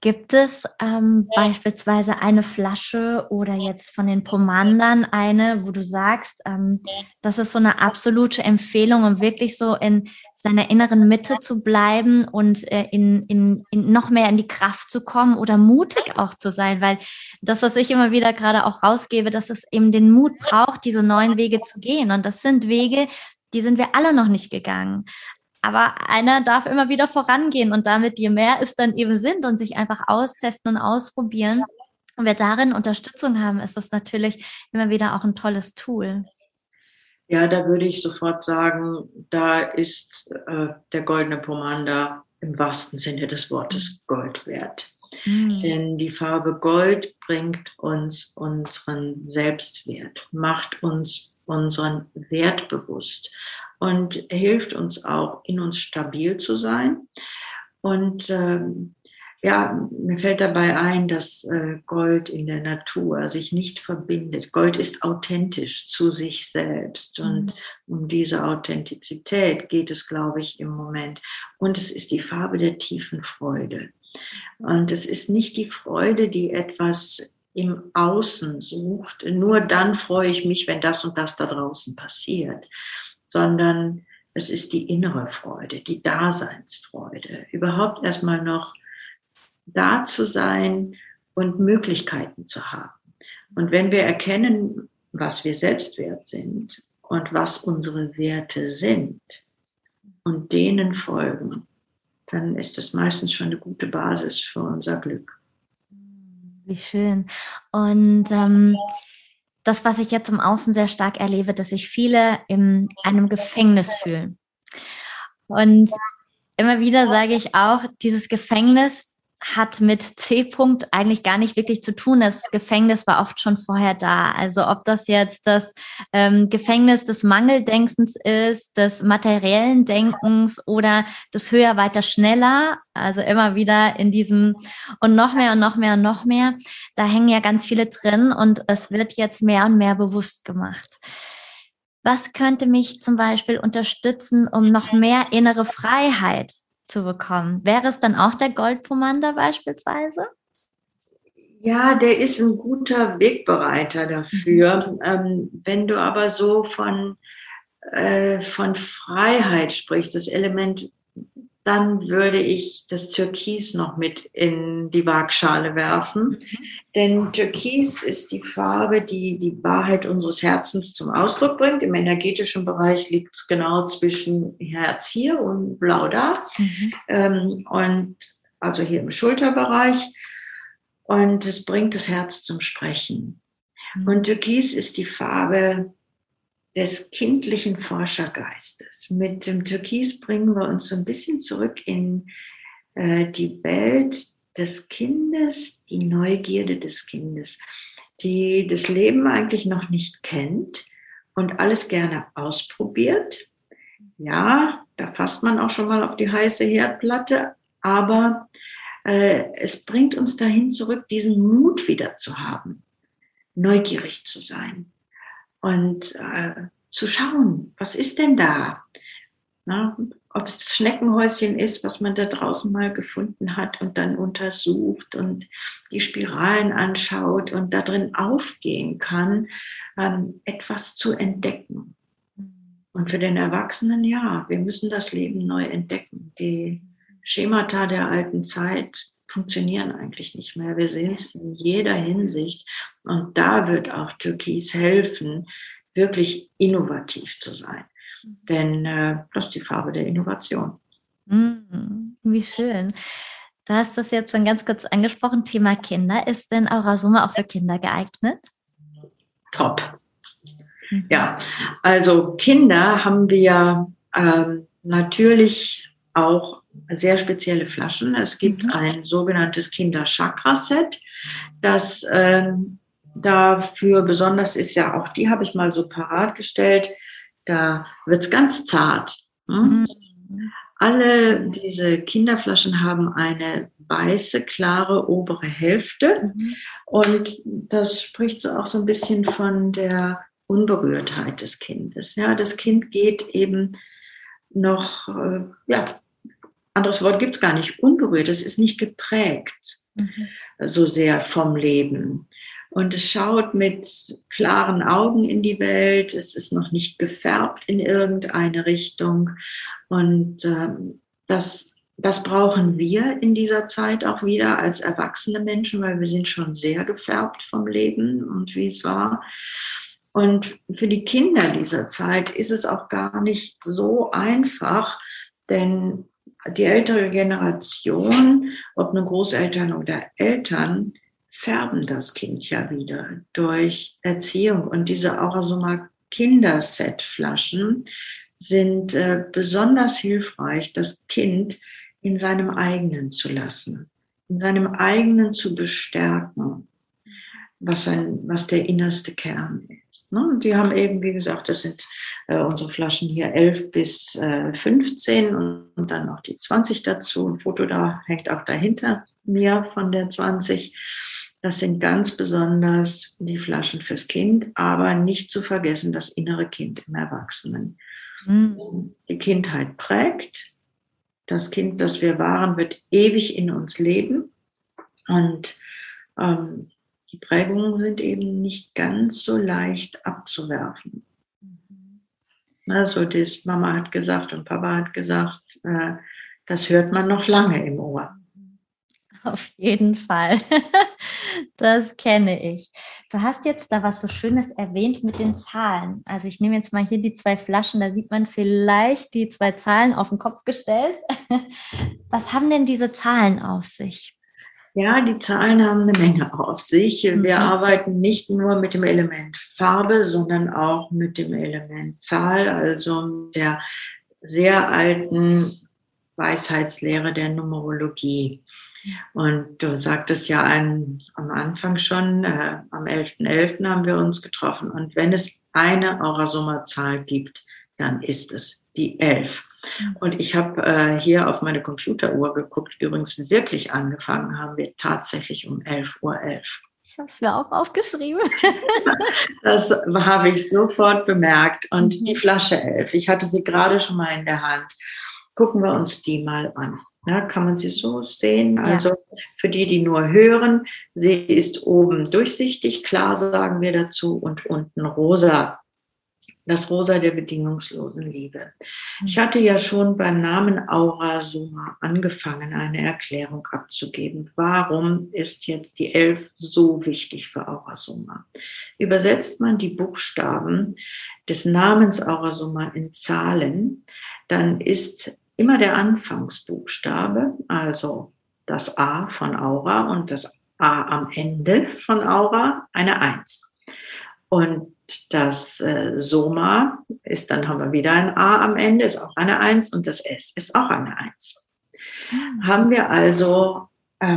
Gibt es beispielsweise eine Flasche oder jetzt von den Pomandern eine, wo du sagst, das ist so eine absolute Empfehlung, um wirklich so in seiner inneren Mitte zu bleiben und in noch mehr in die Kraft zu kommen oder mutig auch zu sein? Weil das, was ich immer wieder gerade auch rausgebe, dass es eben den Mut braucht, diese neuen Wege zu gehen. Und das sind Wege, die sind wir alle noch nicht gegangen. Aber einer darf immer wieder vorangehen und damit, je mehr es dann eben sind und sich einfach austesten und ausprobieren und wir darin Unterstützung haben, ist das natürlich immer wieder auch ein tolles Tool. Ja, da würde ich sofort sagen, da ist der goldene Pomander im wahrsten Sinne des Wortes Gold wert. Mm. Denn die Farbe Gold bringt uns unseren Selbstwert, macht uns unseren Wert bewusst und hilft uns auch, in uns stabil zu sein. Und ja, mir fällt dabei ein, dass Gold in der Natur sich nicht verbindet. Gold ist authentisch zu sich selbst und um diese Authentizität geht es, glaube ich, im Moment. Und es ist die Farbe der tiefen Freude. Und es ist nicht die Freude, die etwas im Außen sucht. Nur dann freue ich mich, wenn das und das da draußen passiert, sondern es ist die innere Freude, die Daseinsfreude, überhaupt erstmal noch da zu sein und Möglichkeiten zu haben. Und wenn wir erkennen, was wir selbst wert sind und was unsere Werte sind und denen folgen, dann ist das meistens schon eine gute Basis für unser Glück. Wie schön. Und das, was ich jetzt im Außen sehr stark erlebe, dass sich viele in einem Gefängnis fühlen. Und immer wieder sage ich auch, dieses Gefängnis hat mit C-Punkt eigentlich gar nicht wirklich zu tun. Das Gefängnis war oft schon vorher da. Also ob das jetzt das Gefängnis des Mangeldenkens ist, des materiellen Denkens oder des höher, weiter, schneller. Also immer wieder in diesem und noch mehr und noch mehr und noch mehr. Da hängen ja ganz viele drin und es wird jetzt mehr und mehr bewusst gemacht. Was könnte mich zum Beispiel unterstützen, um noch mehr innere Freiheit zu bekommen? Wäre es dann auch der Goldpomander beispielsweise? Ja, der ist ein guter Wegbereiter dafür. Wenn du aber so von Freiheit sprichst, das Element, dann würde ich das Türkis noch mit in die Waagschale werfen. Denn Türkis ist die Farbe, die die Wahrheit unseres Herzens zum Ausdruck bringt. Im energetischen Bereich liegt es genau zwischen Herz hier und Blau da. Und also hier im Schulterbereich. Und es bringt das Herz zum Sprechen. Und Türkis ist die Farbe des kindlichen Forschergeistes. Mit dem Türkis bringen wir uns so ein bisschen zurück in die Welt des Kindes, die Neugierde des Kindes, die das Leben eigentlich noch nicht kennt und alles gerne ausprobiert. Ja, da fasst man auch schon mal auf die heiße Herdplatte, aber es bringt uns dahin zurück, diesen Mut wieder zu haben, neugierig zu sein und zu schauen, was ist denn da? Na, ob es das Schneckenhäuschen ist, was man da draußen mal gefunden hat und dann untersucht und die Spiralen anschaut und da drin aufgehen kann, etwas zu entdecken. Und für den Erwachsenen, ja, wir müssen das Leben neu entdecken. Die Schemata der alten Zeit funktionieren eigentlich nicht mehr. Wir sehen es in jeder Hinsicht. Und da wird auch Türkis helfen, wirklich innovativ zu sein. Denn das ist die Farbe der Innovation. Wie schön. Du hast das jetzt schon ganz kurz angesprochen, Thema Kinder. Ist denn Aura-Soma auch für Kinder geeignet? Top. Ja, also Kinder haben wir natürlich auch sehr spezielle Flaschen. Es gibt ein sogenanntes Kinder-Chakra-Set, das dafür besonders ist. Ja, auch die habe ich mal so parat gestellt. Da wird es ganz zart. Alle diese Kinderflaschen haben eine weiße, klare obere Hälfte. Und das spricht so auch so ein bisschen von der Unberührtheit des Kindes. Ja, das Kind geht eben noch anderes Wort gibt es gar nicht, unberührt, es ist nicht geprägt so sehr vom Leben. Und es schaut mit klaren Augen in die Welt, es ist noch nicht gefärbt in irgendeine Richtung. Und das brauchen wir in dieser Zeit auch wieder als erwachsene Menschen, weil wir sind schon sehr gefärbt vom Leben und wie es war. Und für die Kinder dieser Zeit ist es auch gar nicht so einfach, denn die ältere Generation, ob nun Großeltern oder Eltern, färben das Kind ja wieder durch Erziehung. Und diese Aura-Soma Kinderset-Flaschen sind besonders hilfreich, das Kind in seinem eigenen zu lassen, in seinem eigenen zu bestärken, was der innerste Kern ist. Ne? Und die haben eben, wie gesagt, das sind unsere Flaschen hier 11 bis 15 und dann noch die 20 dazu. Ein Foto da hängt auch dahinter mir von der 20. Das sind ganz besonders die Flaschen fürs Kind, aber nicht zu vergessen das innere Kind im Erwachsenen. Die Kindheit prägt. Das Kind, das wir waren, wird ewig in uns leben. Und die Prägungen sind eben nicht ganz so leicht abzuwerfen. Also das Mama hat gesagt und Papa hat gesagt, das hört man noch lange im Ohr. Auf jeden Fall. Das kenne ich. Du hast jetzt da was so Schönes erwähnt mit den Zahlen. Also ich nehme jetzt mal hier die 2 Flaschen, da sieht man vielleicht die 2 Zahlen auf den Kopf gestellt. Was haben denn diese Zahlen auf sich? Ja, die Zahlen haben eine Menge auf sich. Wir arbeiten nicht nur mit dem Element Farbe, sondern auch mit dem Element Zahl, also der sehr alten Weisheitslehre der Numerologie. Und du sagtest ja am Anfang schon, am 11.11. haben wir uns getroffen. Und wenn es eine Aura-Soma-Zahl gibt, dann ist es die 11. Und ich habe hier auf meine Computeruhr geguckt, übrigens wirklich angefangen haben wir tatsächlich um 11:11 Uhr. Ich habe es mir auch aufgeschrieben. Das habe ich sofort bemerkt. Und die Flasche 11, ich hatte sie gerade schon mal in der Hand. Gucken wir uns die mal an. Ja, kann man sie so sehen? Also für die nur hören, sie ist oben durchsichtig, klar sagen wir dazu, und unten rosa. Das Rosa der bedingungslosen Liebe. Ich hatte ja schon beim Namen Aura-Soma angefangen, eine Erklärung abzugeben. Warum ist jetzt die 11 so wichtig für Aura-Soma? Übersetzt man die Buchstaben des Namens Aura-Soma in Zahlen, dann ist immer der Anfangsbuchstabe, also das A von Aura und das A am Ende von Aura, eine 1. Und das Soma ist, dann haben wir wieder ein A am Ende, ist auch eine 1 und das S ist auch eine 1. Haben wir also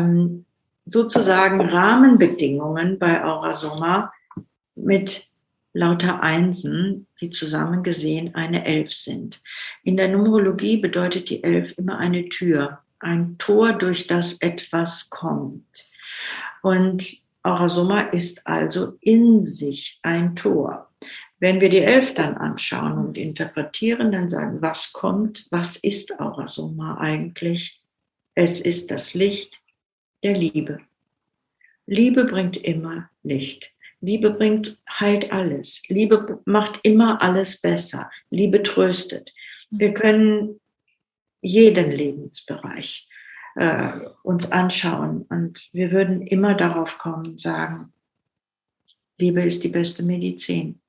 sozusagen Rahmenbedingungen bei Aura-Soma mit lauter Einsen, die zusammen gesehen eine 11 sind. In der Numerologie bedeutet die 11 immer eine Tür, ein Tor, durch das etwas kommt. Und Aura-Soma ist also in sich ein Tor. Wenn wir die 11 dann anschauen und interpretieren, dann sagen, was kommt, was ist Aura-Soma eigentlich? Es ist das Licht der Liebe. Liebe bringt immer Licht. Liebe heilt alles. Liebe macht immer alles besser. Liebe tröstet. Wir können jeden Lebensbereich uns anschauen und wir würden immer darauf kommen und sagen, Liebe ist die beste Medizin.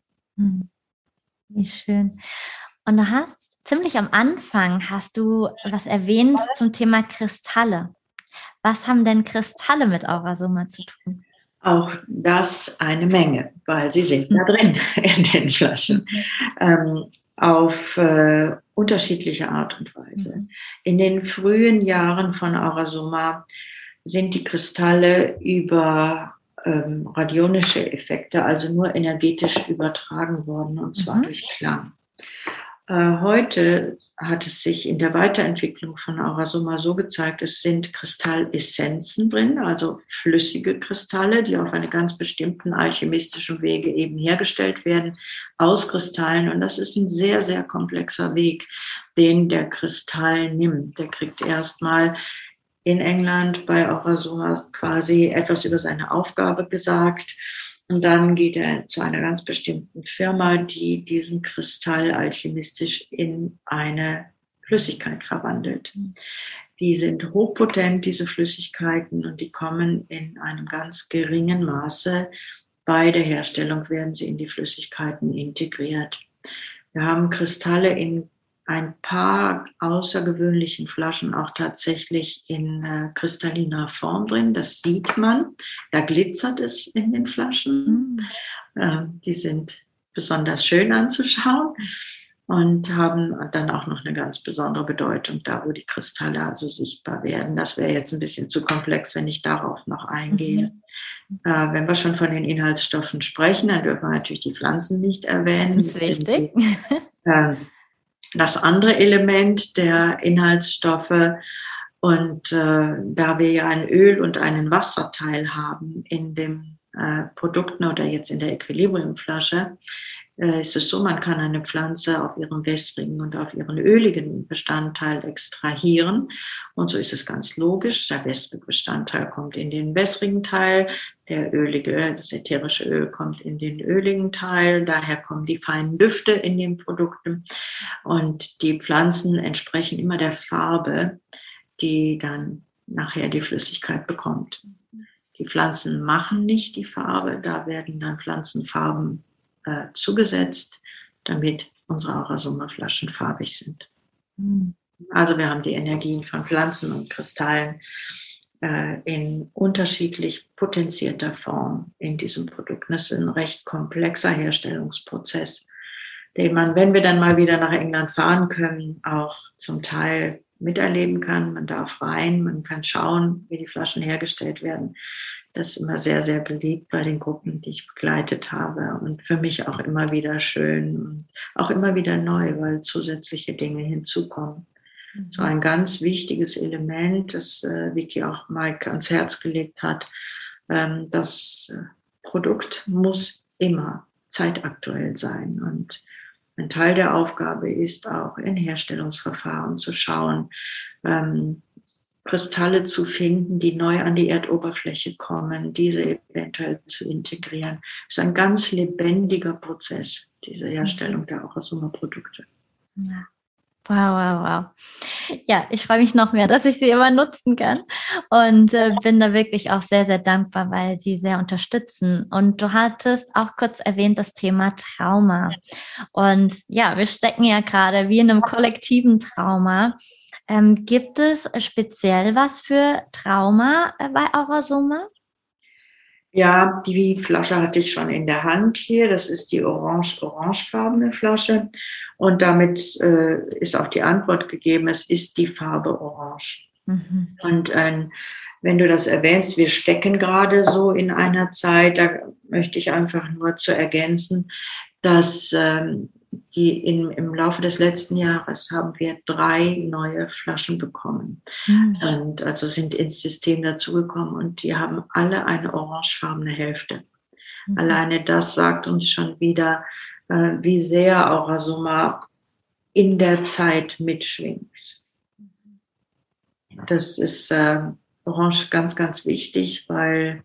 Wie schön. Und du hast ziemlich am Anfang hast du was erwähnt zum Thema Kristalle. Was haben denn Kristalle mit Aura-Soma zu tun? Auch das eine Menge, weil sie sind da drin in den Flaschen. Auf unterschiedliche Art und Weise. In den frühen Jahren von Aura-Soma sind die Kristalle über radionische Effekte, also nur energetisch übertragen worden, und zwar durch Klang. Heute hat es sich in der Weiterentwicklung von Aurasoma so gezeigt, es sind Kristallessenzen drin, also flüssige Kristalle, die auf einen ganz bestimmten alchemistischen Wege eben hergestellt werden aus Kristallen. Und das ist ein sehr, sehr komplexer Weg, den der Kristall nimmt. Der kriegt erstmal in England bei Aurasoma quasi etwas über seine Aufgabe gesagt. Und dann geht er zu einer ganz bestimmten Firma, die diesen Kristall alchemistisch in eine Flüssigkeit verwandelt. Die sind hochpotent, diese Flüssigkeiten, und die kommen in einem ganz geringen Maße. Bei der Herstellung werden sie in die Flüssigkeiten integriert. Wir haben Kristalle in ein paar außergewöhnlichen Flaschen auch tatsächlich in kristalliner Form drin. Das sieht man. Da glitzert es in den Flaschen. Die sind besonders schön anzuschauen und haben dann auch noch eine ganz besondere Bedeutung, da wo die Kristalle also sichtbar werden. Das wäre jetzt ein bisschen zu komplex, wenn ich darauf noch eingehe. Wenn wir schon von den Inhaltsstoffen sprechen, dann dürfen wir natürlich die Pflanzen nicht erwähnen. Das ist wichtig. Das andere Element der Inhaltsstoffe, und da wir ja ein Öl- und einen Wasserteil haben in den Produkten oder jetzt in der Equilibriumflasche, ist es so, man kann eine Pflanze auf ihrem wässrigen und auf ihren öligen Bestandteil extrahieren. Und so ist es ganz logisch. Der wässrige Bestandteil kommt in den wässrigen Teil, der ölige, das ätherische Öl kommt in den öligen Teil. Daher kommen die feinen Düfte in den Produkten. Und die Pflanzen entsprechen immer der Farbe, die dann nachher die Flüssigkeit bekommt. Die Pflanzen machen nicht die Farbe, da werden dann Pflanzenfarben zugesetzt, damit unsere Aurasoma-Flaschen farbig sind. Also wir haben die Energien von Pflanzen und Kristallen in unterschiedlich potenzierter Form in diesem Produkt. Das ist ein recht komplexer Herstellungsprozess, den man, wenn wir dann mal wieder nach England fahren können, auch zum Teil miterleben kann. Man darf rein, man kann schauen, wie die Flaschen hergestellt werden. Das ist immer sehr, sehr beliebt bei den Gruppen, die ich begleitet habe, und für mich auch immer wieder schön und auch immer wieder neu, weil zusätzliche Dinge hinzukommen. So ein ganz wichtiges Element, das Vicky auch Mike ans Herz gelegt hat, das Produkt muss immer zeitaktuell sein, und ein Teil der Aufgabe ist auch in Herstellungsverfahren zu schauen, Kristalle zu finden, die neu an die Erdoberfläche kommen, diese eventuell zu integrieren. Es ist ein ganz lebendiger Prozess, diese Herstellung der Aurasoma-Produkte. Ja. Wow, wow, wow. Ja, ich freue mich noch mehr, dass ich sie immer nutzen kann, und bin da wirklich auch sehr, sehr dankbar, weil sie sehr unterstützen. Und du hattest auch kurz erwähnt das Thema Trauma. Und ja, wir stecken ja gerade wie in einem kollektiven Trauma. Gibt es speziell was für Trauma bei Aurasoma? Ja, die Flasche hatte ich schon in der Hand hier. Das ist die orangefarbene Flasche. Und damit ist auch die Antwort gegeben, es ist die Farbe Orange. Und wenn du das erwähnst, wir stecken gerade so in einer Zeit, da möchte ich einfach nur zu ergänzen, dass im Laufe des letzten Jahres haben wir 3 neue Flaschen bekommen. Und also sind ins System dazugekommen, und die haben alle eine orangefarbene Hälfte. Alleine das sagt uns schon wieder, wie sehr Aurasoma in der Zeit mitschwingt. Das ist Orange ganz, ganz wichtig, weil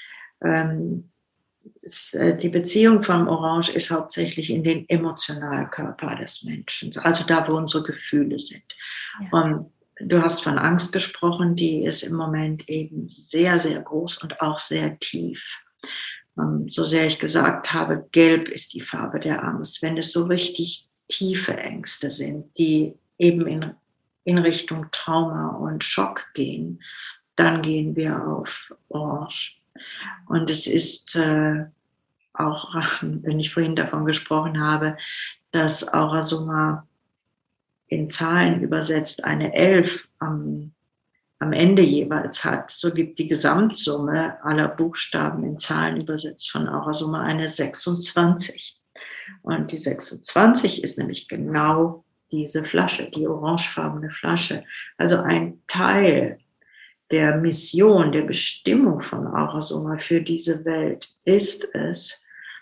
die Beziehung vom Orange ist hauptsächlich in den Emotionalkörper des Menschen, also da, wo unsere Gefühle sind. Ja. Und du hast von Angst gesprochen, die ist im Moment eben sehr, sehr groß und auch sehr tief. So sehr ich gesagt habe, gelb ist die Farbe der Angst. Wenn es so richtig tiefe Ängste sind, die eben in Richtung Trauma und Schock gehen, dann gehen wir auf Orange. Und es ist auch, wenn ich vorhin davon gesprochen habe, dass Aurasoma in Zahlen übersetzt eine 11 am Ende jeweils hat, so gibt die Gesamtsumme aller Buchstaben in Zahlen übersetzt von Aurasoma eine 26. Und die 26 ist nämlich genau diese Flasche, die orangefarbene Flasche. Also ein Teil der Mission, der Bestimmung von Aura-Soma für diese Welt ist es,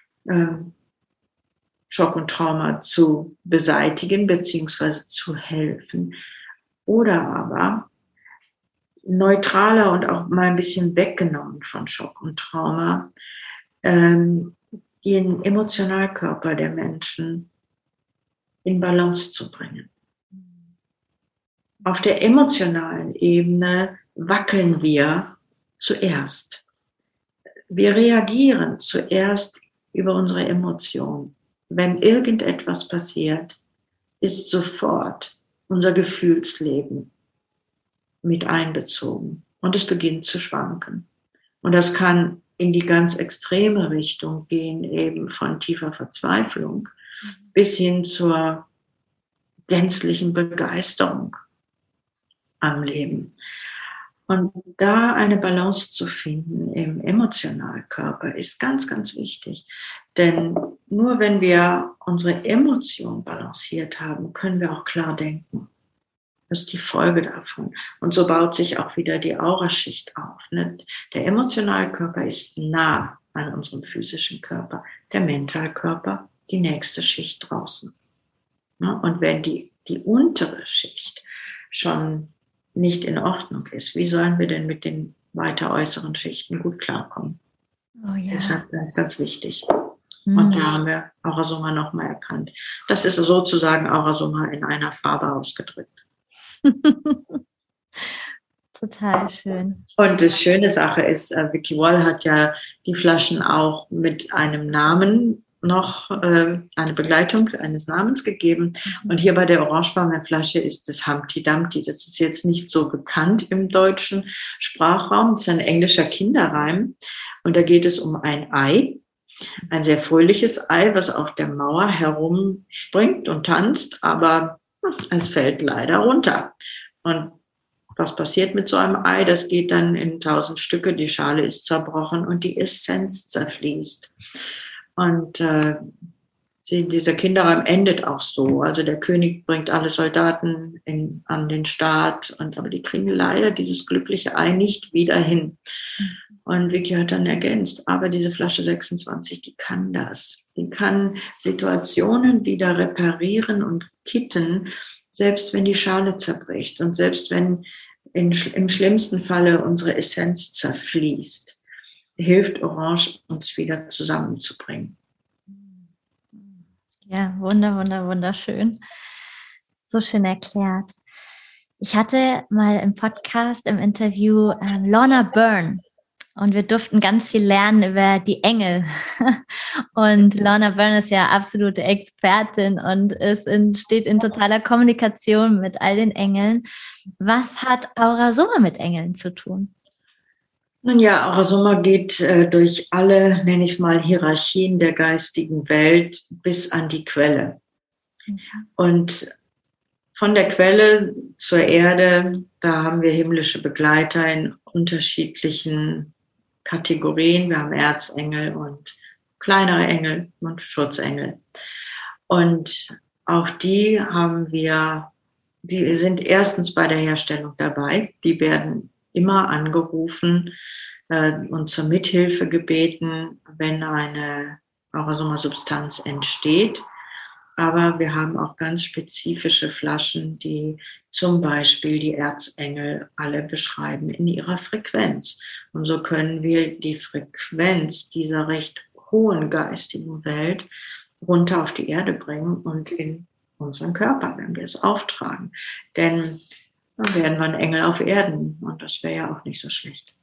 Schock und Trauma zu beseitigen bzw. zu helfen. Oder aber neutraler und auch mal ein bisschen weggenommen von Schock und Trauma, den Emotionalkörper der Menschen in Balance zu bringen. Auf der emotionalen Ebene wackeln wir zuerst. Wir reagieren zuerst über unsere Emotionen. Wenn irgendetwas passiert, ist sofort unser Gefühlsleben mit einbezogen und es beginnt zu schwanken. Und das kann in die ganz extreme Richtung gehen, eben von tiefer Verzweiflung bis hin zur gänzlichen Begeisterung am Leben. Und da eine Balance zu finden im Emotionalkörper ist ganz, ganz wichtig. Denn nur wenn wir unsere Emotionen balanciert haben, können wir auch klar denken. Das ist die Folge davon. Und so baut sich auch wieder die Auraschicht auf. Der Emotionalkörper ist nah an unserem physischen Körper. Der Mentalkörper ist die nächste Schicht draußen. Und wenn die untere Schicht schon nicht in Ordnung ist, wie sollen wir denn mit den weiter äußeren Schichten gut klarkommen? Oh ja. Deshalb ist ganz wichtig. Und da haben wir Aura-Soma nochmal erkannt. Das ist sozusagen Aura-Soma in einer Farbe ausgedrückt. Total schön. Und die schöne Sache ist, Vicky Wall hat ja die Flaschen auch mit einem Namen noch, eine Begleitung eines Namens gegeben. Und hier bei der orangefarbenen Flasche ist das Humpty Dumpty. Das ist jetzt nicht so bekannt im deutschen Sprachraum. Das ist ein englischer Kinderreim. Und da geht es um ein Ei. Ein sehr fröhliches Ei, was auf der Mauer herumspringt und tanzt, aber es fällt leider runter. Und was passiert mit so einem Ei? Das geht dann in 1000 Stücke, die Schale ist zerbrochen und die Essenz zerfließt. Und dieser Kinderreim endet auch so. Also der König bringt alle Soldaten an den Start, aber die kriegen leider dieses glückliche Ei nicht wieder hin. Und Vicky hat dann ergänzt, aber diese Flasche 26, die kann das. Die kann Situationen wieder reparieren und kitten, selbst wenn die Schale zerbricht und selbst wenn im schlimmsten Falle unsere Essenz zerfließt, hilft Orange, uns wieder zusammenzubringen. Ja, wunderschön. So schön erklärt. Ich hatte mal im Podcast, im Interview Lorna Byrne. Und wir durften ganz viel lernen über die Engel. Und Lorna Byrne ist ja absolute Expertin und steht in totaler Kommunikation mit all den Engeln. Was hat Aura-Soma mit Engeln zu tun? Nun ja, Aura-Soma geht durch alle, nenne ich es mal, Hierarchien der geistigen Welt bis an die Quelle. Und von der Quelle zur Erde, da haben wir himmlische Begleiter in unterschiedlichen Kategorien. Wir haben Erzengel und kleinere Engel und Schutzengel. Und auch die sind erstens bei der Herstellung dabei. Die werden immer angerufen und zur Mithilfe gebeten, wenn eine Aura-Soma-Substanz entsteht. Aber wir haben auch ganz spezifische Flaschen, die zum Beispiel die Erzengel alle beschreiben in ihrer Frequenz. Und so können wir die Frequenz dieser recht hohen geistigen Welt runter auf die Erde bringen und in unseren Körper, wenn wir es auftragen. Denn dann werden wir ein Engel auf Erden und das wäre ja auch nicht so schlecht.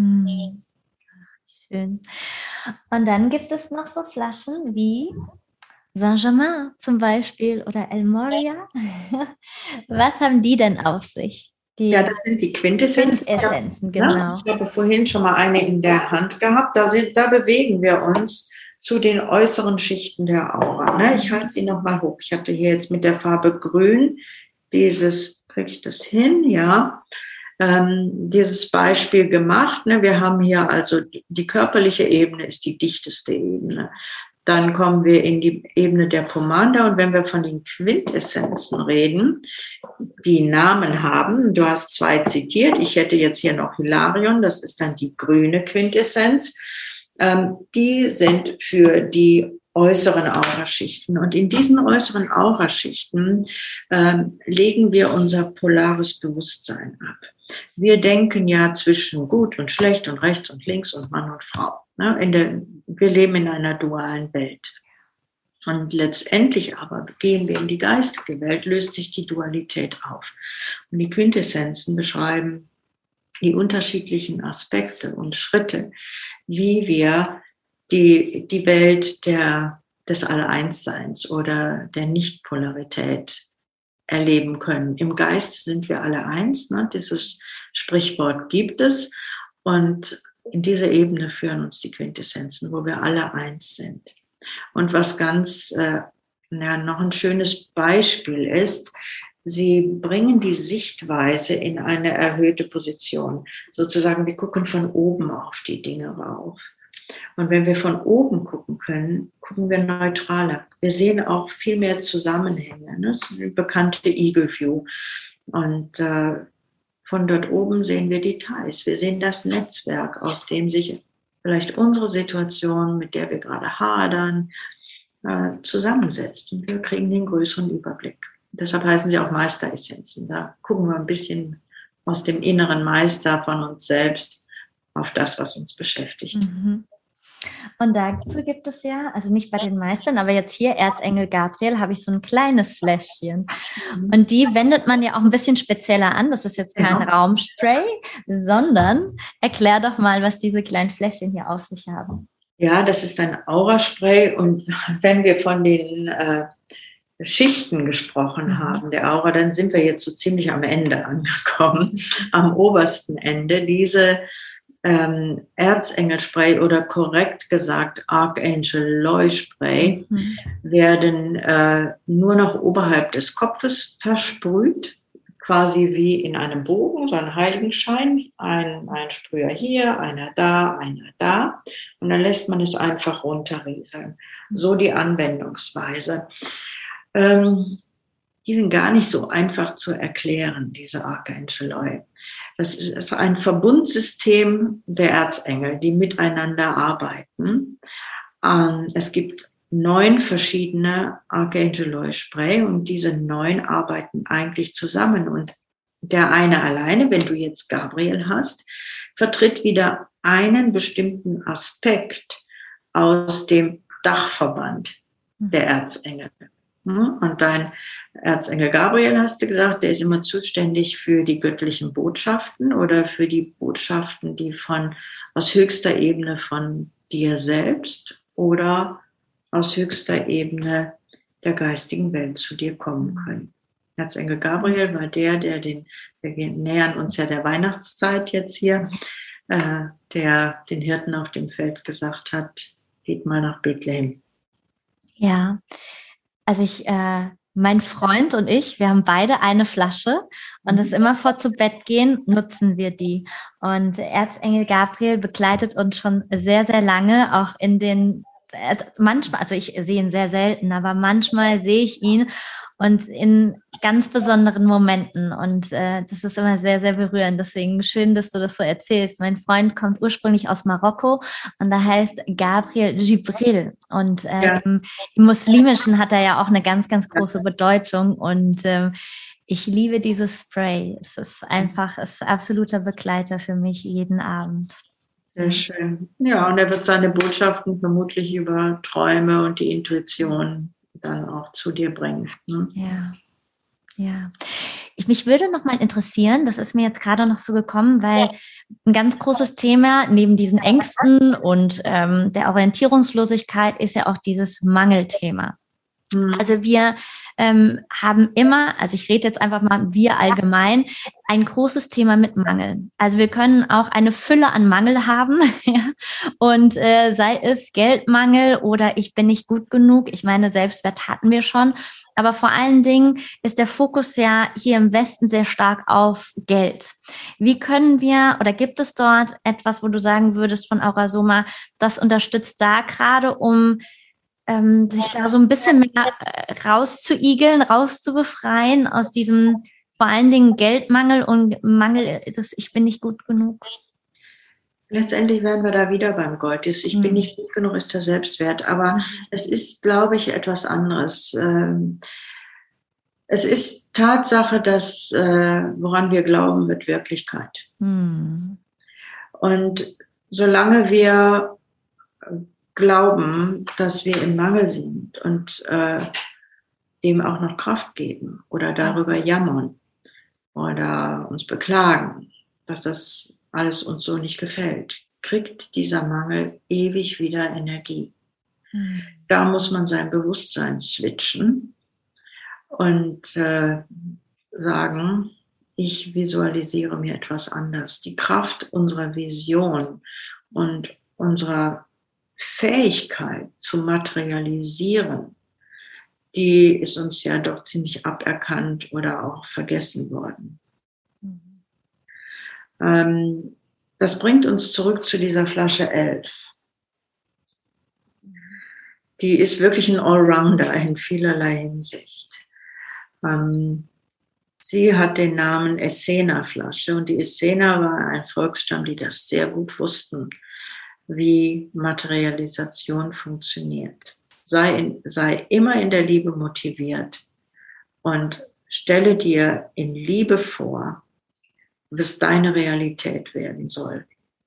Schön. Und dann gibt es noch so Flaschen wie Saint-Germain zum Beispiel oder El Moria. Was haben die denn auf sich? Ja, das sind die Quintessenzen. Genau. Ich habe vorhin schon mal eine in der Hand gehabt. Da bewegen wir uns zu den äußeren Schichten der Aura. Ich halte sie nochmal hoch. Ich hatte hier jetzt mit der Farbe Grün kriege ich das hin, ja, dieses Beispiel gemacht. Wir haben hier also die körperliche Ebene ist die dichteste Ebene. Dann kommen wir in die Ebene der Pomander. Und wenn wir von den Quintessenzen reden, die Namen haben, du hast 2 zitiert, ich hätte jetzt hier noch Hilarion, das ist dann die grüne Quintessenz, die sind für die äußeren Auraschichten. Und in diesen äußeren Auraschichten legen wir unser polares Bewusstsein ab. Wir denken ja zwischen gut und schlecht und rechts und links und Mann und Frau. Wir leben in einer dualen Welt. Und letztendlich aber gehen wir in die geistige Welt, löst sich die Dualität auf. Und die Quintessenzen beschreiben die unterschiedlichen Aspekte und Schritte, wie wir die Welt des All-Eins-Seins oder der Nichtpolarität erleben können. Im Geist sind wir alle eins, ne? Dieses Sprichwort gibt es. Und in dieser Ebene führen uns die Quintessenzen, wo wir alle eins sind. Und was noch ein schönes Beispiel ist, sie bringen die Sichtweise in eine erhöhte Position. Sozusagen, wir gucken von oben auf die Dinge rauf. Und wenn wir von oben gucken können, gucken wir neutraler. Wir sehen auch viel mehr Zusammenhänge, ne? Das ist die bekannte Eagle View. Und von dort oben sehen wir Details. Wir sehen das Netzwerk, aus dem sich vielleicht unsere Situation, mit der wir gerade hadern, zusammensetzt. Und wir kriegen den größeren Überblick. Deshalb heißen sie auch Meisteressenzen. Da gucken wir ein bisschen aus dem inneren Meister von uns selbst auf das, was uns beschäftigt. Mhm. Und dazu gibt es ja, also nicht bei den Meistern, aber jetzt hier Erzengel Gabriel habe ich so ein kleines Fläschchen. Und die wendet man ja auch ein bisschen spezieller an. Das ist jetzt kein Raumspray, sondern erklär doch mal, was diese kleinen Fläschchen hier auf sich haben. Ja, das ist ein Auraspray. Und wenn wir von den Schichten gesprochen haben, der Aura, dann sind wir jetzt so ziemlich am Ende angekommen, am obersten Ende. Diese Erzengel-Spray oder korrekt gesagt Archangel-Leu-Spray werden nur noch oberhalb des Kopfes versprüht, quasi wie in einem Bogen, so ein Heiligenschein, ein Sprüher hier, einer da. Und dann lässt man es einfach runterrieseln. So die Anwendungsweise. Die sind gar nicht so einfach zu erklären, diese Archangel-Leu. Das ist ein Verbundsystem der Erzengel, die miteinander arbeiten. Es gibt 9 verschiedene Archangel-Leu-Spray und diese 9 arbeiten eigentlich zusammen. Und der eine alleine, wenn du jetzt Gabriel hast, vertritt wieder einen bestimmten Aspekt aus dem Dachverband der Erzengel. Und dein Erzengel Gabriel, hast du gesagt, der ist immer zuständig für die göttlichen Botschaften oder für die Botschaften, die aus höchster Ebene von dir selbst oder aus höchster Ebene der geistigen Welt zu dir kommen können. Erzengel Gabriel war wir nähern uns ja der Weihnachtszeit jetzt hier, der den Hirten auf dem Feld gesagt hat, geht mal nach Bethlehem. Ja, also mein Freund und ich, wir haben beide eine Flasche und das immer vor zu Bett gehen, nutzen wir die. Und Erzengel Gabriel begleitet uns schon sehr, sehr lange, auch in den, manchmal, also ich sehe ihn sehr selten, aber manchmal sehe ich ihn und in ganz besonderen Momenten. Und das ist immer sehr, sehr berührend. Deswegen schön, dass du das so erzählst. Mein Freund kommt ursprünglich aus Marokko und da heißt Gabriel Jibril. Und im Muslimischen hat er ja auch eine ganz, ganz große Bedeutung. Und ich liebe dieses Spray. Es ist absoluter Begleiter für mich jeden Abend. Sehr schön. Ja, und er wird seine Botschaften vermutlich über Träume und die Intuition dann auch zu dir bringen. Ne? Ja. Mich würde noch mal interessieren, das ist mir jetzt gerade noch so gekommen, weil ein ganz großes Thema neben diesen Ängsten und der Orientierungslosigkeit ist ja auch dieses Mangelthema. Also wir haben immer, also ich rede jetzt einfach mal wir allgemein, ein großes Thema mit Mangel. Also wir können auch eine Fülle an Mangel haben ja? Und sei es Geldmangel oder ich bin nicht gut genug. Ich meine, Selbstwert hatten wir schon. Aber vor allen Dingen ist der Fokus ja hier im Westen sehr stark auf Geld. Wie können wir, oder gibt es dort etwas, wo du sagen würdest von Aura Soma, das unterstützt da gerade, um sich da so ein bisschen mehr rauszuigeln, rauszubefreien aus diesem vor allen Dingen Geldmangel und Mangel, ich bin nicht gut genug. Letztendlich wären wir da wieder beim Gold. Ich bin nicht gut genug, ist der Selbstwert. Aber es ist, glaube ich, etwas anderes. Es ist Tatsache, dass woran wir glauben, wird Wirklichkeit. Und solange wir glauben, dass wir im Mangel sind und dem auch noch Kraft geben oder darüber jammern oder uns beklagen, dass das alles uns so nicht gefällt, kriegt dieser Mangel ewig wieder Energie. Da muss man sein Bewusstsein switchen und sagen, ich visualisiere mir etwas anders. Die Kraft unserer Vision und unserer Fähigkeit zu materialisieren, die ist uns ja doch ziemlich aberkannt oder auch vergessen worden. Das bringt uns zurück zu dieser Flasche 11. Die ist wirklich ein Allrounder in vielerlei Hinsicht. Sie hat den Namen Essena-Flasche und die Essener war ein Volksstamm, die das sehr gut wussten, wie Materialisation funktioniert. Sei immer in der Liebe motiviert und stelle dir in Liebe vor, was deine Realität werden soll.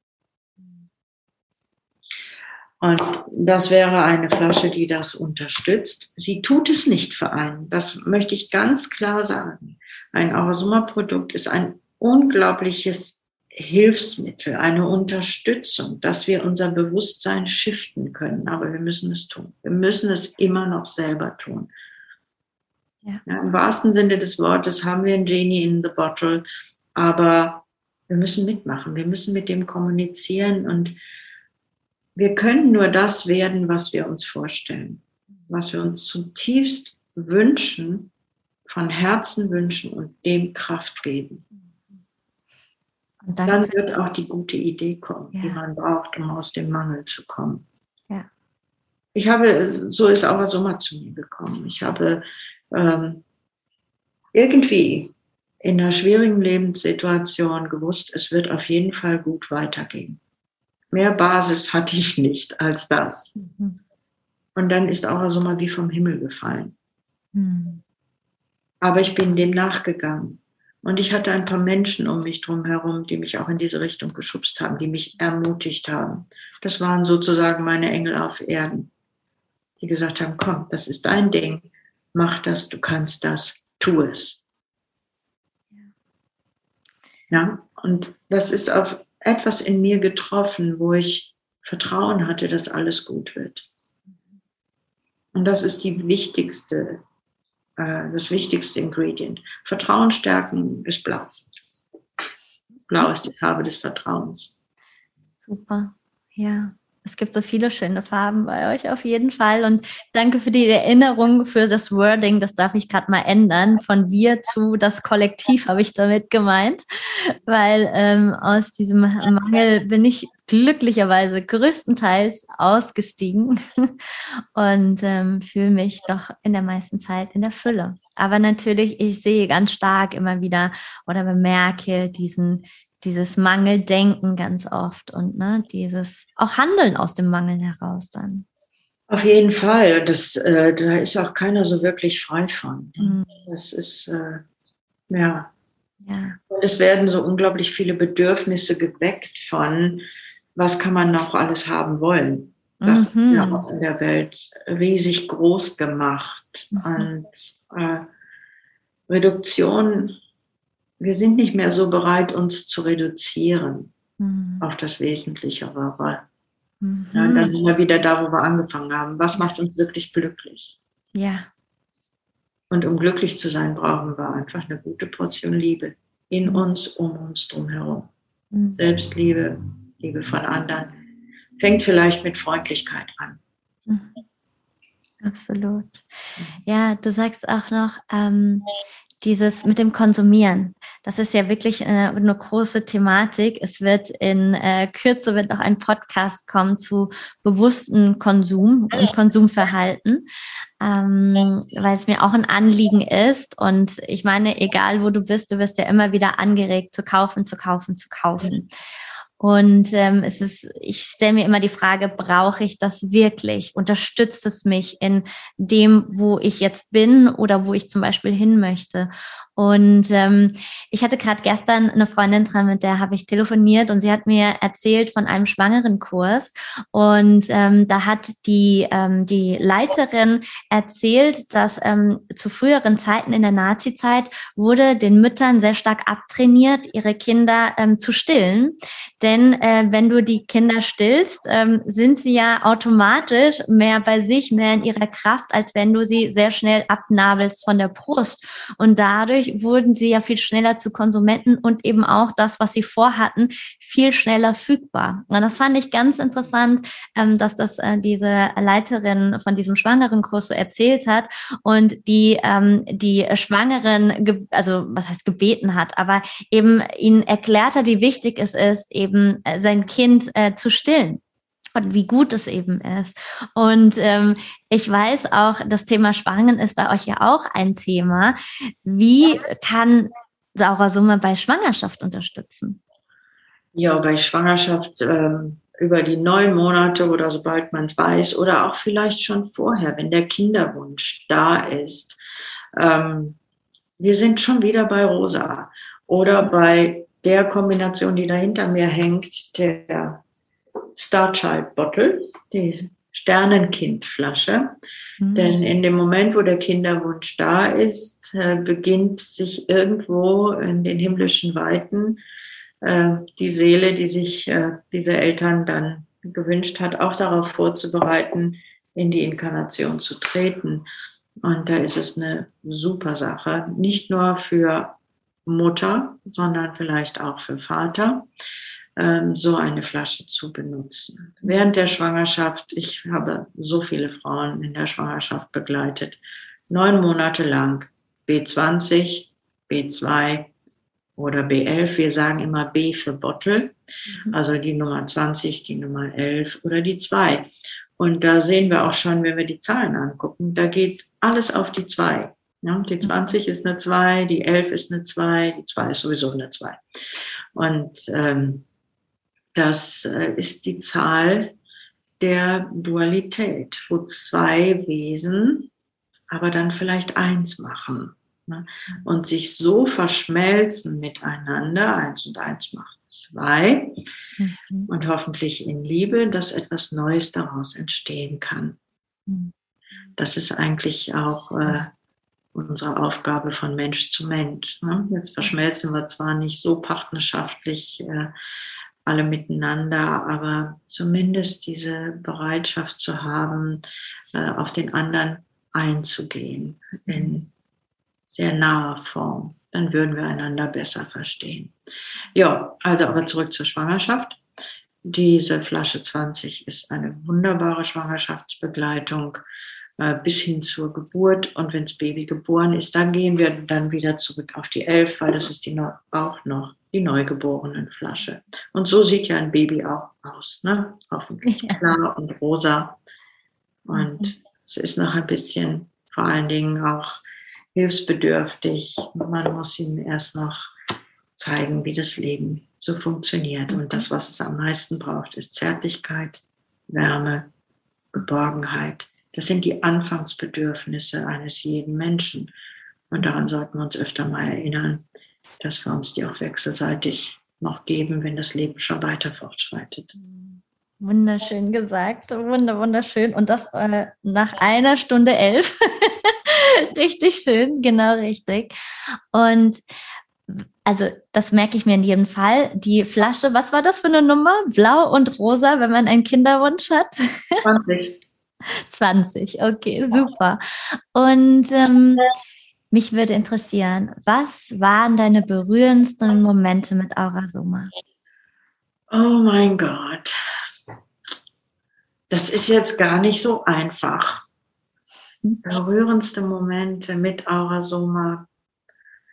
Und das wäre eine Flasche, die das unterstützt. Sie tut es nicht für einen. Das möchte ich ganz klar sagen. Ein Aura-Soma-Produkt ist ein unglaubliches Hilfsmittel, eine Unterstützung, dass wir unser Bewusstsein shiften können. Aber wir müssen es tun. Wir müssen es immer noch selber tun. Ja, im wahrsten Sinne des Wortes haben wir ein Genie in the Bottle, aber wir müssen mitmachen. Wir müssen mit dem kommunizieren und wir können nur das werden, was wir uns vorstellen, was wir uns zutiefst wünschen, von Herzen wünschen und dem Kraft geben. Und dann wird auch die gute Idee kommen, die man braucht, um aus dem Mangel zu kommen. Ja. So ist Aura-Soma zu mir gekommen. Ich habe irgendwie in einer schwierigen Lebenssituation gewusst, es wird auf jeden Fall gut weitergehen. Mehr Basis hatte ich nicht als das. Und dann ist Aura-Soma wie vom Himmel gefallen. Aber ich bin dem nachgegangen. Und ich hatte ein paar Menschen um mich drum herum, die mich auch in diese Richtung geschubst haben, die mich ermutigt haben. Das waren sozusagen meine Engel auf Erden, die gesagt haben, komm, das ist dein Ding, mach das, du kannst das, tu es. Ja, und das ist auf etwas in mir getroffen, wo ich Vertrauen hatte, dass alles gut wird. Und das ist das wichtigste Ingredient. Vertrauen stärken ist blau. Blau ist die Farbe des Vertrauens. Super, ja. Es gibt so viele schöne Farben bei euch auf jeden Fall und danke für die Erinnerung, für das Wording, das darf ich gerade mal ändern, von wir zu das Kollektiv habe ich damit gemeint, weil aus diesem Mangel bin ich glücklicherweise größtenteils ausgestiegen und fühle mich doch in der meisten Zeit in der Fülle. Aber natürlich, ich sehe ganz stark immer wieder oder bemerke dieses Mangeldenken ganz oft und dieses auch Handeln aus dem Mangel heraus dann. Auf jeden Fall. Da ist auch keiner so wirklich frei von. Das ist, ja. Und es werden so unglaublich viele Bedürfnisse geweckt von, was kann man noch alles haben wollen. Das ist ja auch in der Welt riesig groß gemacht. Und Reduktion, wir sind nicht mehr so bereit, uns zu reduzieren auf das Wesentliche. Aber ja, dann sind wir wieder da, wo wir angefangen haben. Was macht uns wirklich glücklich? Ja. Und um glücklich zu sein, brauchen wir einfach eine gute Portion Liebe in uns, um uns drumherum. Selbstliebe, Liebe von anderen. Fängt vielleicht mit Freundlichkeit an. Absolut. Ja, du sagst auch noch, dieses mit dem Konsumieren, das ist ja wirklich eine große Thematik. Es wird in Kürze wird auch ein Podcast kommen zu bewussten Konsum und Konsumverhalten, weil es mir auch ein Anliegen ist. Und ich meine, egal wo du bist, du wirst ja immer wieder angeregt zu kaufen, zu kaufen, zu kaufen. Und ich stelle mir immer die Frage, brauche ich das wirklich? Unterstützt es mich in dem, wo ich jetzt bin oder wo ich zum Beispiel hin möchte? Und ich hatte gerade gestern eine Freundin dran, mit der habe ich telefoniert und sie hat mir erzählt von einem Schwangerenkurs. Und da hat die Leiterin erzählt, dass zu früheren Zeiten in der Nazi-Zeit wurde den Müttern sehr stark abtrainiert, ihre Kinder zu stillen. Denn wenn du die Kinder stillst, sind sie ja automatisch mehr bei sich, mehr in ihrer Kraft, als wenn du sie sehr schnell abnabelst von der Brust. Und dadurch wurden sie ja viel schneller zu Konsumenten und eben auch das, was sie vorhatten, viel schneller fügbar. Und das fand ich ganz interessant, dass das diese Leiterin von diesem Schwangerenkurs so erzählt hat und die Schwangeren, also was heißt gebeten hat, aber eben ihnen erklärt hat, wie wichtig es ist, eben sein Kind zu stillen. Und wie gut es eben ist. Und ich weiß auch, das Thema Schwangen ist bei euch ja auch ein Thema. Wie kann Saura Summe bei Schwangerschaft unterstützen? Ja, bei Schwangerschaft über die 9 Monate oder sobald man es weiß oder auch vielleicht schon vorher, wenn der Kinderwunsch da ist. Wir sind schon wieder bei Rosa oder bei der Kombination, die da hinter mir hängt, der Star Child Bottle, die Sternenkindflasche. Denn in dem Moment, wo der Kinderwunsch da ist, beginnt sich irgendwo in den himmlischen Weiten die Seele, die sich diese Eltern dann gewünscht hat, auch darauf vorzubereiten, in die Inkarnation zu treten. Und da ist es eine super Sache, nicht nur für Mutter, sondern vielleicht auch für Vater, so eine Flasche zu benutzen. Während der Schwangerschaft, ich habe so viele Frauen in der Schwangerschaft begleitet, 9 Monate lang B20, B2 oder B11. Wir sagen immer B für Bottle, also die Nummer 20, die Nummer 11 oder die 2. Und da sehen wir auch schon, wenn wir die Zahlen angucken, da geht alles auf die 2. Ja, die 20 ist eine 2, die 11 ist eine 2, die 2 ist sowieso eine 2. Und das ist die Zahl der Dualität, wo 2 Wesen aber dann vielleicht 1 machen. Ne? Und sich so verschmelzen miteinander, 1 und 1 macht 2, und hoffentlich in Liebe, dass etwas Neues daraus entstehen kann. Das ist eigentlich auch unsere Aufgabe von Mensch zu Mensch. Ne? Jetzt verschmelzen wir zwar nicht so partnerschaftlich alle miteinander, aber zumindest diese Bereitschaft zu haben, auf den anderen einzugehen in sehr naher Form. Dann würden wir einander besser verstehen. Ja, also aber zurück zur Schwangerschaft. Diese Flasche 20 ist eine wunderbare Schwangerschaftsbegleitung bis hin zur Geburt. Und wenn das Baby geboren ist, dann gehen wir dann wieder zurück auf die 11, weil das ist auch noch die Neugeborenenflasche. Und so sieht ja ein Baby auch aus, ne? Hoffentlich klar und rosa. Und es ist noch ein bisschen vor allen Dingen auch hilfsbedürftig. Man muss ihm erst noch zeigen, wie das Leben so funktioniert. Und das, was es am meisten braucht, ist Zärtlichkeit, Wärme, Geborgenheit. Das sind die Anfangsbedürfnisse eines jeden Menschen. Und daran sollten wir uns öfter mal erinnern, dass wir uns die auch wechselseitig noch geben, wenn das Leben schon weiter fortschreitet. Wunderschön gesagt, wunderschön. Und das nach 1:11. Richtig schön, genau richtig. Und also das merke ich mir in jedem Fall. Die Flasche, was war das für eine Nummer? Blau und rosa, wenn man einen Kinderwunsch hat? 20. 20, okay, super. Und mich würde interessieren, was waren deine berührendsten Momente mit Aura Soma? Oh mein Gott. Das ist jetzt gar nicht so einfach. Berührendste Momente mit Aura Soma.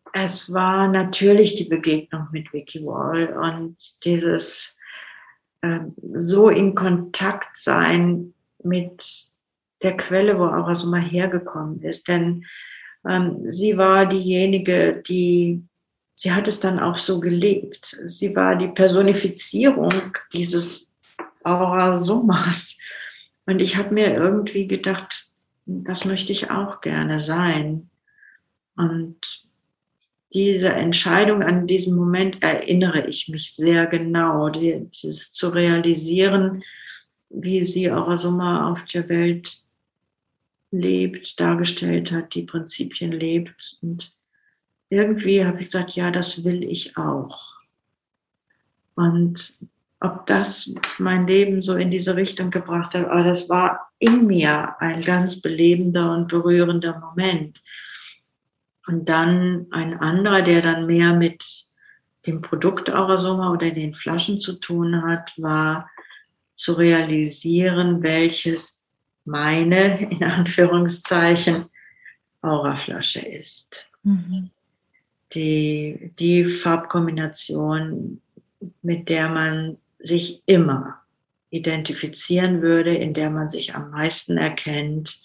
Es war natürlich die Begegnung mit Vicky Wall und dieses so in Kontakt sein mit der Quelle, wo Aura hergekommen ist. Denn sie war diejenige, sie hat es dann auch so gelebt. Sie war die Personifizierung dieses Aura-Somas. Und ich habe mir irgendwie gedacht, das möchte ich auch gerne sein. Und diese Entscheidung an diesem Moment erinnere ich mich sehr genau, dieses zu realisieren, wie sie Aura auf der Welt lebt, dargestellt hat, die Prinzipien lebt. Und irgendwie habe ich gesagt, ja, das will ich auch. Und ob das mein Leben so in diese Richtung gebracht hat, aber das war in mir ein ganz belebender und berührender Moment. Und dann ein anderer, der dann mehr mit dem Produkt Aura oder den Flaschen zu tun hat, war zu realisieren, welches meine, in Anführungszeichen, Auraflasche ist. Mhm. Die Farbkombination, mit der man sich immer identifizieren würde, in der man sich am meisten erkennt,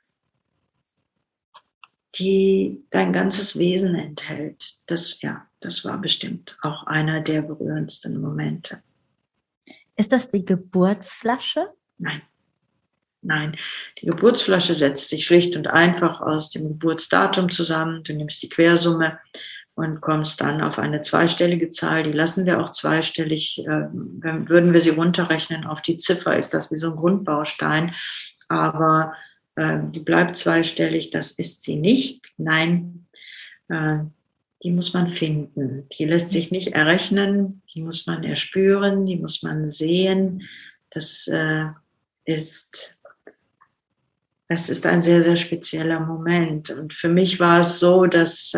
die dein ganzes Wesen enthält. Das war bestimmt auch einer der berührendsten Momente. Ist das die Geburtsflasche? Nein, die Geburtsflasche setzt sich schlicht und einfach aus dem Geburtsdatum zusammen. Du nimmst die Quersumme und kommst dann auf eine zweistellige Zahl. Die lassen wir auch zweistellig. Würden wir sie runterrechnen auf die Ziffer, ist das wie so ein Grundbaustein. Aber die bleibt zweistellig, das ist sie nicht. Nein, die muss man finden. Die lässt sich nicht errechnen, die muss man erspüren, die muss man sehen. Das ist ein sehr, sehr spezieller Moment. Und für mich war es so, dass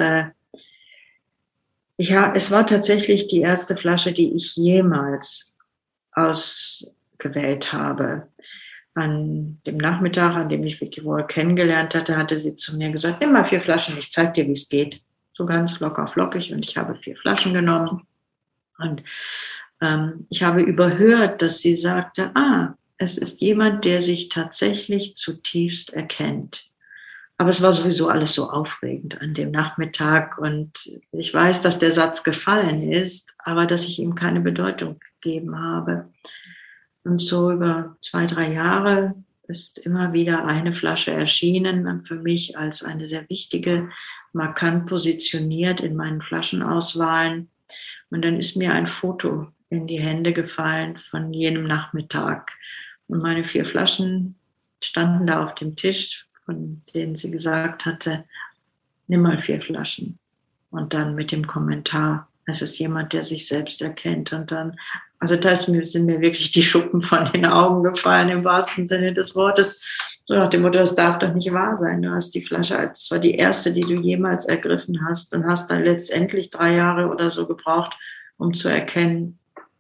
es war tatsächlich die erste Flasche, die ich jemals ausgewählt habe. An dem Nachmittag, an dem ich Vicky Wall kennengelernt hatte, hatte sie zu mir gesagt, nimm mal 4 Flaschen, ich zeig dir, wie es geht. So ganz locker flockig, und ich habe 4 Flaschen genommen. Und ich habe überhört, dass sie sagte, es ist jemand, der sich tatsächlich zutiefst erkennt. Aber es war sowieso alles so aufregend an dem Nachmittag, und ich weiß, dass der Satz gefallen ist, aber dass ich ihm keine Bedeutung gegeben habe. Und so über 2, 3 Jahre ist immer wieder eine Flasche erschienen und für mich als eine sehr wichtige, markant positioniert in meinen Flaschenauswahlen. Und dann ist mir ein Foto in die Hände gefallen von jenem Nachmittag. Und meine 4 Flaschen standen da auf dem Tisch, von denen sie gesagt hatte, nimm mal 4 Flaschen. Und dann mit dem Kommentar, es ist jemand, der sich selbst erkennt. Und dann, also das sind mir wirklich die Schuppen von den Augen gefallen, im wahrsten Sinne des Wortes. So nach dem Motto, das darf doch nicht wahr sein. Du hast die Flasche, das war die erste, die du jemals ergriffen hast, und hast dann letztendlich 3 Jahre oder so gebraucht, um zu erkennen,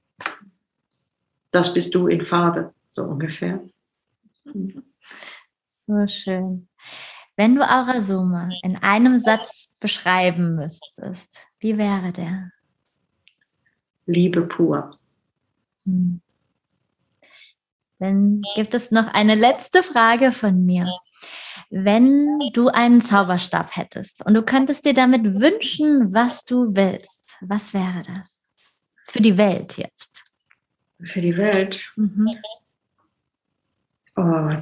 das bist du in Farbe, so ungefähr. So schön. Wenn du Aura in einem Satz beschreiben müsstest, wie wäre der? Liebe pur. Dann gibt es noch eine letzte Frage von mir. Wenn du einen Zauberstab hättest und du könntest dir damit wünschen, was du willst, was wäre das? Für die Welt jetzt. Für die Welt? Oh,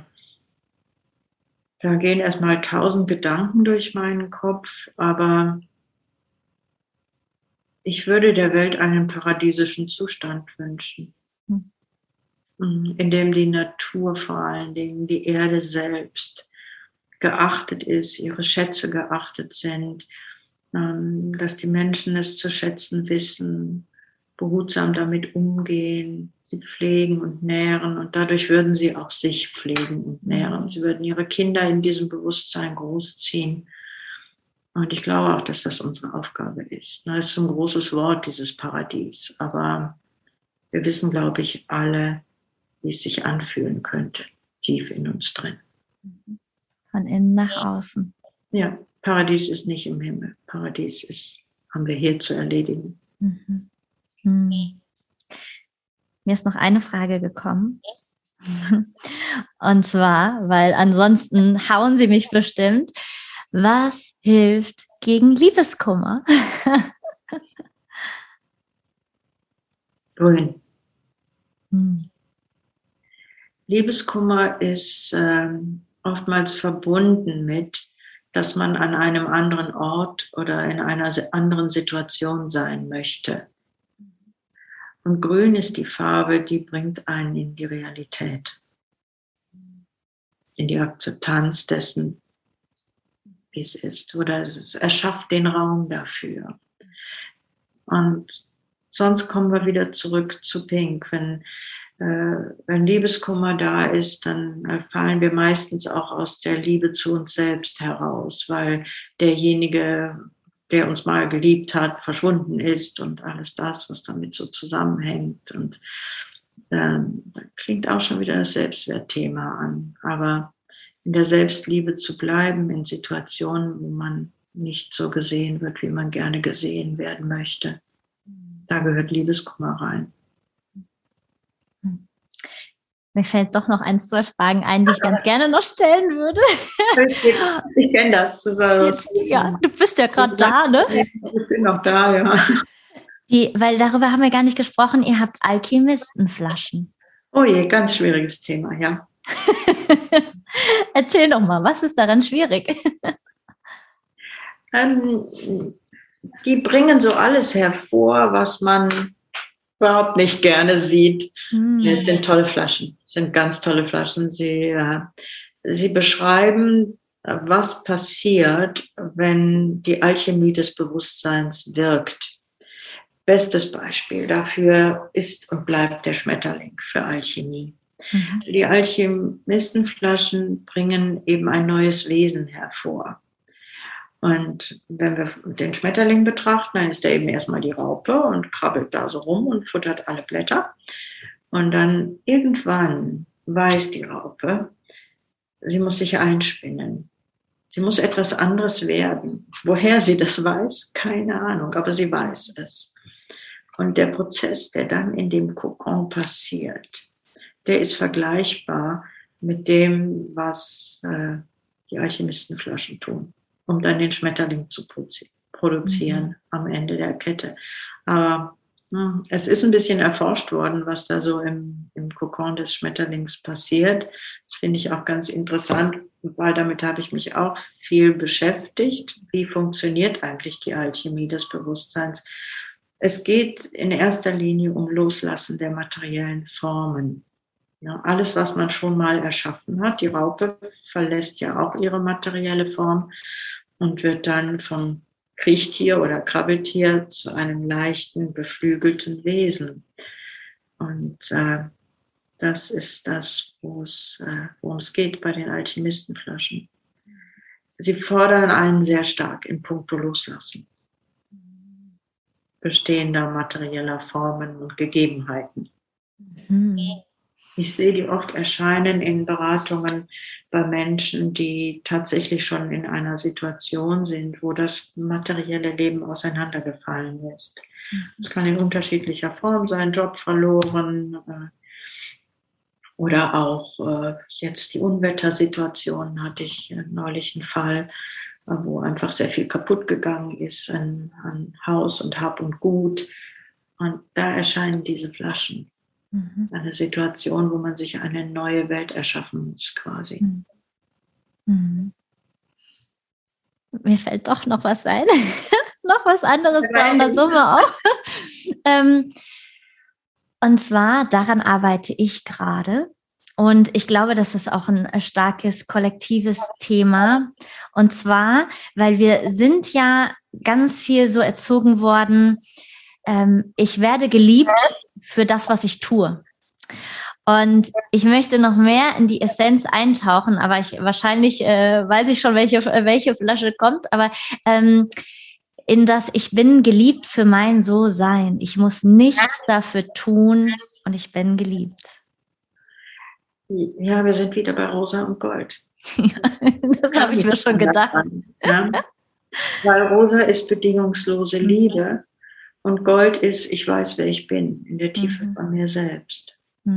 da gehen erstmal 1000 Gedanken durch meinen Kopf, aber ich würde der Welt einen paradiesischen Zustand wünschen, in dem die Natur, vor allen Dingen die Erde selbst, geachtet ist, ihre Schätze geachtet sind, dass die Menschen es zu schätzen wissen, behutsam damit umgehen, sie pflegen und nähren, und dadurch würden sie auch sich pflegen und nähren. Sie würden ihre Kinder in diesem Bewusstsein großziehen. Und ich glaube auch, dass das unsere Aufgabe ist. Das ist ein großes Wort, dieses Paradies, aber wir wissen, glaube ich, alle, wie es sich anfühlen könnte, tief in uns drin. Von innen nach außen. Ja, Paradies ist nicht im Himmel. Paradies haben wir hier zu erledigen. Mhm. Mhm. Mir ist noch eine Frage gekommen. Und zwar, weil ansonsten hauen sie mich bestimmt. Was hilft gegen Liebeskummer? Wohin? Hm. Liebeskummer ist oftmals verbunden mit, dass man an einem anderen Ort oder in einer anderen Situation sein möchte. Und grün ist die Farbe, die bringt einen in die Realität, in die Akzeptanz dessen, wie es ist. Oder es erschafft den Raum dafür. Und sonst kommen wir wieder zurück zu Pink. Wenn Liebeskummer da ist, dann fallen wir meistens auch aus der Liebe zu uns selbst heraus, weil derjenige, der uns mal geliebt hat, verschwunden ist und alles das, was damit so zusammenhängt. Und da klingt auch schon wieder das Selbstwertthema an. Aber in der Selbstliebe zu bleiben, in Situationen, wo man nicht so gesehen wird, wie man gerne gesehen werden möchte, da gehört Liebeskummer rein. Mir fällt doch noch 1, 2 Fragen ein, die ich ganz gerne noch stellen würde. Ich kenne das. Jetzt, ja, du bist ja gerade da, ne? Ich bin noch da, ja. Weil darüber haben wir gar nicht gesprochen, ihr habt Alchemistenflaschen. Oh je, ganz schwieriges Thema, ja. Erzähl doch mal, was ist daran schwierig? Die bringen so alles hervor, was man überhaupt nicht gerne sieht. Es sind tolle Flaschen, es sind ganz tolle Flaschen. Sie beschreiben, was passiert, wenn die Alchemie des Bewusstseins wirkt. Bestes Beispiel dafür ist und bleibt der Schmetterling für Alchemie. Mhm. Die Alchemistenflaschen bringen eben ein neues Wesen hervor. Und wenn wir den Schmetterling betrachten, dann ist er eben erstmal die Raupe und krabbelt da so rum und futtert alle Blätter. Und dann irgendwann weiß die Raupe, sie muss sich einspinnen. Sie muss etwas anderes werden. Woher sie das weiß, keine Ahnung, aber sie weiß es. Und der Prozess, der dann in dem Kokon passiert, der ist vergleichbar mit dem, was die Alchemistenflaschen tun, um dann den Schmetterling zu produzieren am Ende der Kette. Aber es ist ein bisschen erforscht worden, was da so im Kokon des Schmetterlings passiert. Das finde ich auch ganz interessant, weil damit habe ich mich auch viel beschäftigt. Wie funktioniert eigentlich die Alchemie des Bewusstseins? Es geht in erster Linie um Loslassen der materiellen Formen. Ja, alles, was man schon mal erschaffen hat. Die Raupe verlässt ja auch ihre materielle Form und wird dann vom Kriechtier oder Krabbeltier zu einem leichten, beflügelten Wesen. Und das ist das, worum es geht bei den Alchemistenflaschen. Sie fordern einen sehr stark in puncto Loslassen bestehender materieller Formen und Gegebenheiten. Mhm. Ich sehe die oft erscheinen in Beratungen bei Menschen, die tatsächlich schon in einer Situation sind, wo das materielle Leben auseinandergefallen ist. Es kann in unterschiedlicher Form sein, Job verloren oder auch jetzt die Unwettersituation hatte ich neulich einen Fall, wo einfach sehr viel kaputt gegangen ist an Haus und Hab und Gut. Und da erscheinen diese Flaschen. Eine Situation, wo man sich eine neue Welt erschaffen muss, quasi. Mhm. Mir fällt doch noch was ein. Noch was anderes zu einer Summe auch. Und zwar, daran arbeite ich gerade. Und ich glaube, das ist auch ein starkes kollektives Thema. Und zwar, weil wir sind ja ganz viel so erzogen worden, ich werde geliebt für das, was ich tue. Und ich möchte noch mehr in die Essenz eintauchen, aber wahrscheinlich weiß ich schon, welche Flasche kommt, aber in das ich bin geliebt für mein So-Sein. Ich muss nichts dafür tun und ich bin geliebt. Ja, wir sind wieder bei Rosa und Gold. Ja, das habe ich mir schon gedacht. Ja? Weil rosa ist bedingungslose Liebe und Gold ist, ich weiß, wer ich bin, in der Tiefe von mir selbst.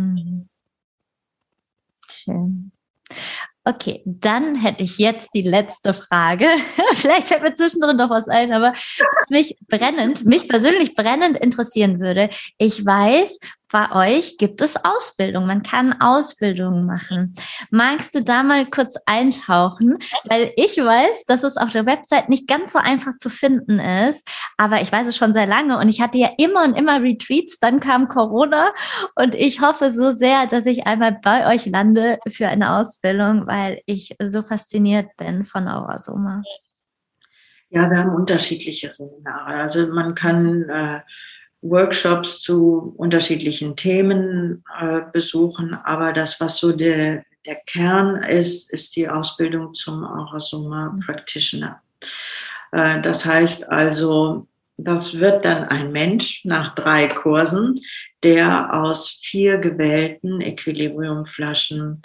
Schön. Okay, dann hätte ich jetzt die letzte Frage. Vielleicht fällt mir zwischendrin noch was ein, aber was mich persönlich brennend interessieren würde. Ich weiß, bei euch gibt es Ausbildung. Man kann Ausbildungen machen. Magst du da mal kurz eintauchen? Weil ich weiß, dass es auf der Website nicht ganz so einfach zu finden ist. Aber ich weiß es schon sehr lange und ich hatte ja immer und immer Retreats. Dann kam Corona und ich hoffe so sehr, dass ich einmal bei euch lande für eine Ausbildung, weil ich so fasziniert bin von Aura-Soma. Ja, wir haben unterschiedliche Seminare. Also man kann Workshops zu unterschiedlichen Themen besuchen, aber das, was so der Kern ist, ist die Ausbildung zum Aura-Soma Practitioner. Das heißt also, das wird dann ein Mensch nach 3 Kursen, der aus 4 gewählten Equilibriumflaschen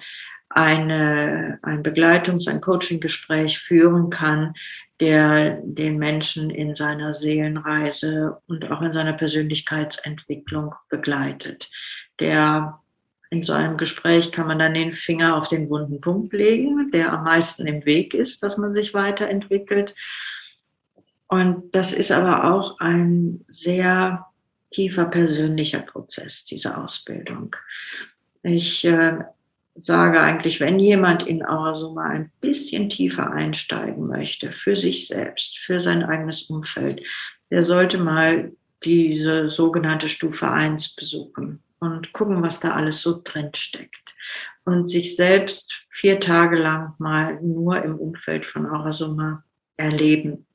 ein ein Coaching-Gespräch führen kann, der den Menschen in seiner Seelenreise und auch in seiner Persönlichkeitsentwicklung begleitet. In so einem Gespräch kann man dann den Finger auf den wunden Punkt legen, der am meisten im Weg ist, dass man sich weiterentwickelt. Und das ist aber auch ein sehr tiefer persönlicher Prozess, diese Ausbildung. Ich sage eigentlich, wenn jemand in Aura-Soma ein bisschen tiefer einsteigen möchte, für sich selbst, für sein eigenes Umfeld, der sollte mal diese sogenannte Stufe 1 besuchen und gucken, was da alles so drin steckt. Und sich selbst 4 Tage lang mal nur im Umfeld von Aura-Soma erleben.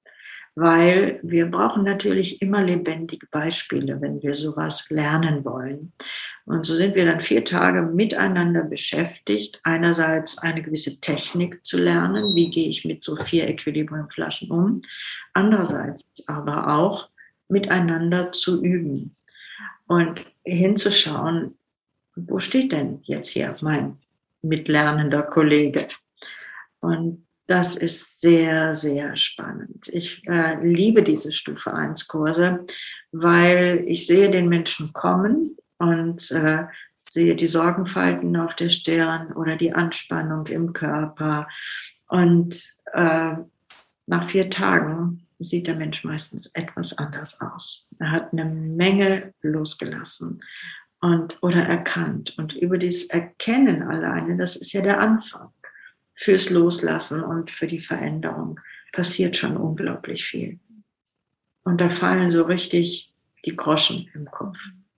Weil wir brauchen natürlich immer lebendige Beispiele, wenn wir sowas lernen wollen. Und so sind wir dann 4 Tage miteinander beschäftigt, einerseits eine gewisse Technik zu lernen, wie gehe ich mit so 4 Equilibriumflaschen um, andererseits aber auch miteinander zu üben und hinzuschauen, wo steht denn jetzt hier mein mitlernender Kollege? Und das ist sehr, sehr spannend. Ich liebe diese Stufe 1 Kurse, weil ich sehe den Menschen kommen und sehe die Sorgenfalten auf der Stirn oder die Anspannung im Körper. Und nach 4 Tagen sieht der Mensch meistens etwas anders aus. Er hat eine Menge losgelassen oder erkannt. Und über dieses Erkennen alleine, das ist ja der Anfang. Fürs Loslassen und für die Veränderung passiert schon unglaublich viel. Und da fallen so richtig die Groschen im Kopf.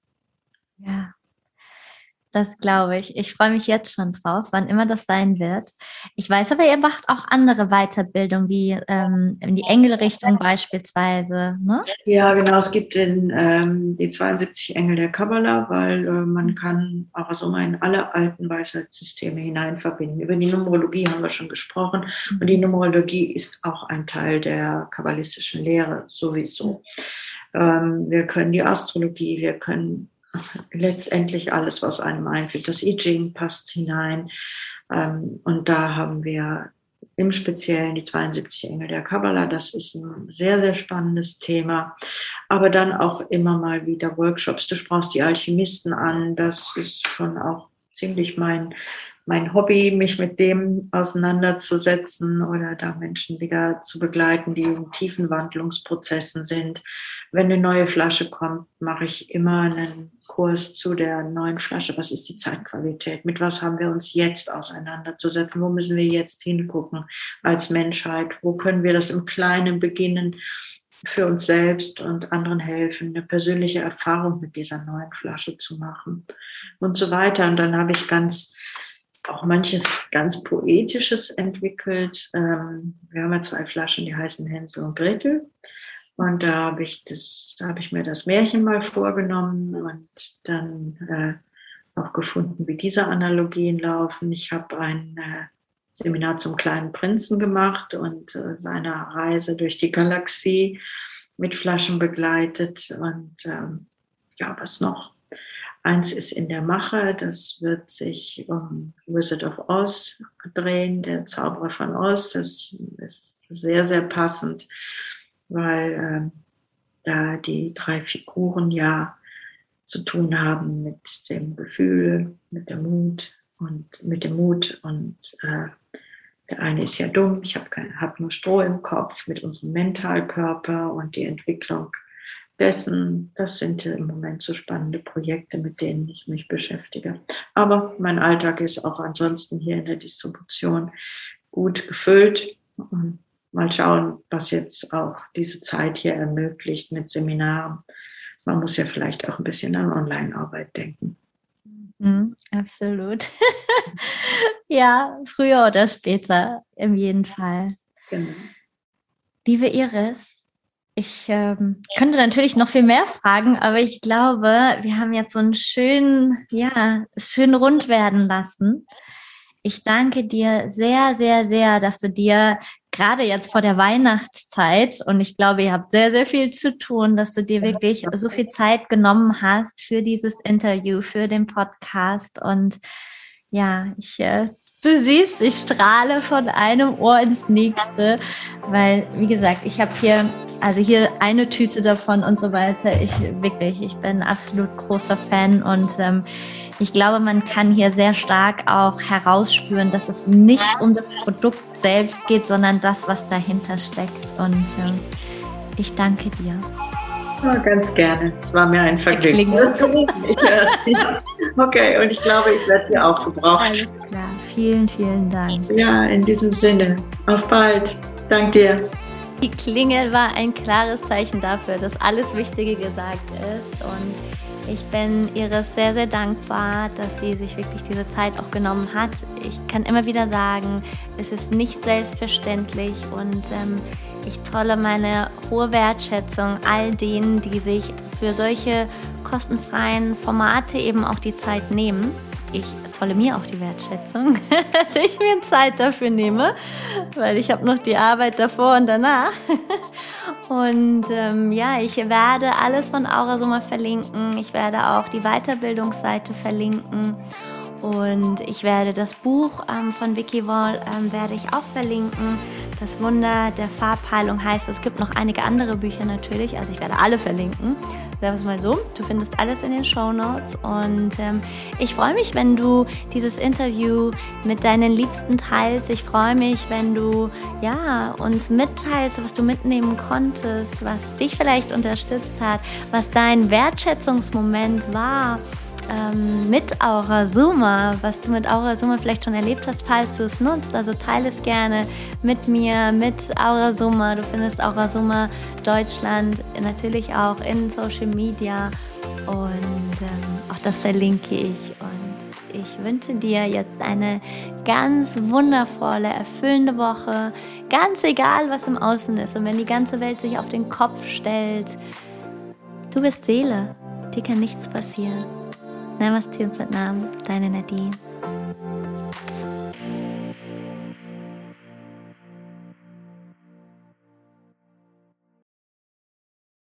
Ja, das glaube ich. Ich freue mich jetzt schon drauf, wann immer das sein wird. Ich weiß aber, ihr macht auch andere Weiterbildung, wie in die Engelrichtung beispielsweise, ne? Ja, genau. Es gibt die 72 Engel der Kabbala, weil man kann Aura-Soma in alle alten Weisheitssysteme hinein verbinden. Über die Numerologie haben wir schon gesprochen. Und die Numerologie ist auch ein Teil der kabbalistischen Lehre sowieso. Wir können die Astrologie, wir können letztendlich alles, was einem einfällt. Das I Ching passt hinein. Und da haben wir im Speziellen die 72 Engel der Kabbala. Das ist ein sehr, sehr spannendes Thema. Aber dann auch immer mal wieder Workshops. Du sprachst die Alchemisten an. Das ist schon auch ziemlich mein Hobby, mich mit dem auseinanderzusetzen oder da Menschen wieder zu begleiten, die in tiefen Wandlungsprozessen sind. Wenn eine neue Flasche kommt, mache ich immer einen Kurs zu der neuen Flasche. Was ist die Zeitqualität? Mit was haben wir uns jetzt auseinanderzusetzen? Wo müssen wir jetzt hingucken als Menschheit? Wo können wir das im Kleinen beginnen, für uns selbst und anderen helfen, eine persönliche Erfahrung mit dieser neuen Flasche zu machen und so weiter. Und dann habe ich auch manches ganz Poetisches entwickelt. Wir haben ja 2 Flaschen, die heißen Hänsel und Gretel. Und da habe ich mir das Märchen mal vorgenommen und dann auch gefunden, wie diese Analogien laufen. Ich habe ein Seminar zum kleinen Prinzen gemacht und seiner Reise durch die Galaxie mit Flaschen begleitet. Und ja, was noch? Eins ist in der Mache, das wird sich um Wizard of Oz drehen, der Zauberer von Oz. Das ist sehr, sehr passend, weil da die 3 Figuren ja zu tun haben mit dem Gefühl, mit dem Mut und der eine ist ja dumm, ich hab nur Stroh im Kopf, mit unserem Mentalkörper und die Entwicklung dessen. Das sind im Moment so spannende Projekte, mit denen ich mich beschäftige. Aber mein Alltag ist auch ansonsten hier in der Distribution gut gefüllt. Und mal schauen, was jetzt auch diese Zeit hier ermöglicht mit Seminaren. Man muss ja vielleicht auch ein bisschen an Online-Arbeit denken. Absolut. Ja, früher oder später, in jedem Fall. Genau. Liebe Iris, ich könnte natürlich noch viel mehr fragen, aber ich glaube, wir haben jetzt so einen es schön rund werden lassen. Ich danke dir sehr, sehr, sehr, dass du dir gerade jetzt vor der Weihnachtszeit, und ich glaube, ihr habt sehr, sehr viel zu tun, dass du dir wirklich so viel Zeit genommen hast für dieses Interview, für den Podcast. Und ja, du siehst, ich strahle von einem Ohr ins nächste, weil, wie gesagt, ich habe hier eine Tüte davon und so weiter. Ich bin absolut großer Fan und ich glaube, man kann hier sehr stark auch herausspüren, dass es nicht um das Produkt selbst geht, sondern das, was dahinter steckt. Und ich danke dir. Ja, ganz gerne. Es war mir ein Vergnügen. Okay, und ich glaube, ich werde sie auch gebraucht. Alles klar. Vielen, vielen Dank. Ja, in diesem Sinne. Auf bald. Dank dir. Die Klingel war ein klares Zeichen dafür, dass alles Wichtige gesagt ist. Und ich bin Iris sehr, sehr dankbar, dass sie sich wirklich diese Zeit auch genommen hat. Ich kann immer wieder sagen, es ist nicht selbstverständlich und ich zolle meine hohe Wertschätzung all denen, die sich für solche kostenfreien Formate eben auch die Zeit nehmen. Ich zolle mir auch die Wertschätzung, dass ich mir Zeit dafür nehme, weil ich habe noch die Arbeit davor und danach. Und ich werde alles von Aurasoma verlinken. Ich werde auch die Weiterbildungsseite verlinken. Und ich werde das Buch von Vicky Wall werde ich auch verlinken. Das Wunder der Farbheilung heißt, es gibt noch einige andere Bücher natürlich. Also ich werde alle verlinken. Sagen wir es mal so. Du findest alles in den Shownotes. Und ich freue mich, wenn du dieses Interview mit deinen Liebsten teilst. Ich freue mich, wenn du uns mitteilst, was du mitnehmen konntest, was dich vielleicht unterstützt hat, was dein Wertschätzungsmoment war. Mit Aurasoma, was du mit Aurasoma vielleicht schon erlebt hast, falls du es nutzt. Also teile es gerne mit mir, mit Aurasoma. Du findest Aurasoma Deutschland natürlich auch in Social Media und auch das verlinke ich. Und ich wünsche dir jetzt eine ganz wundervolle, erfüllende Woche. Ganz egal, was im Außen ist und wenn die ganze Welt sich auf den Kopf stellt. Du bist Seele, dir kann nichts passieren. Namaste und Satnam, deine Nadine.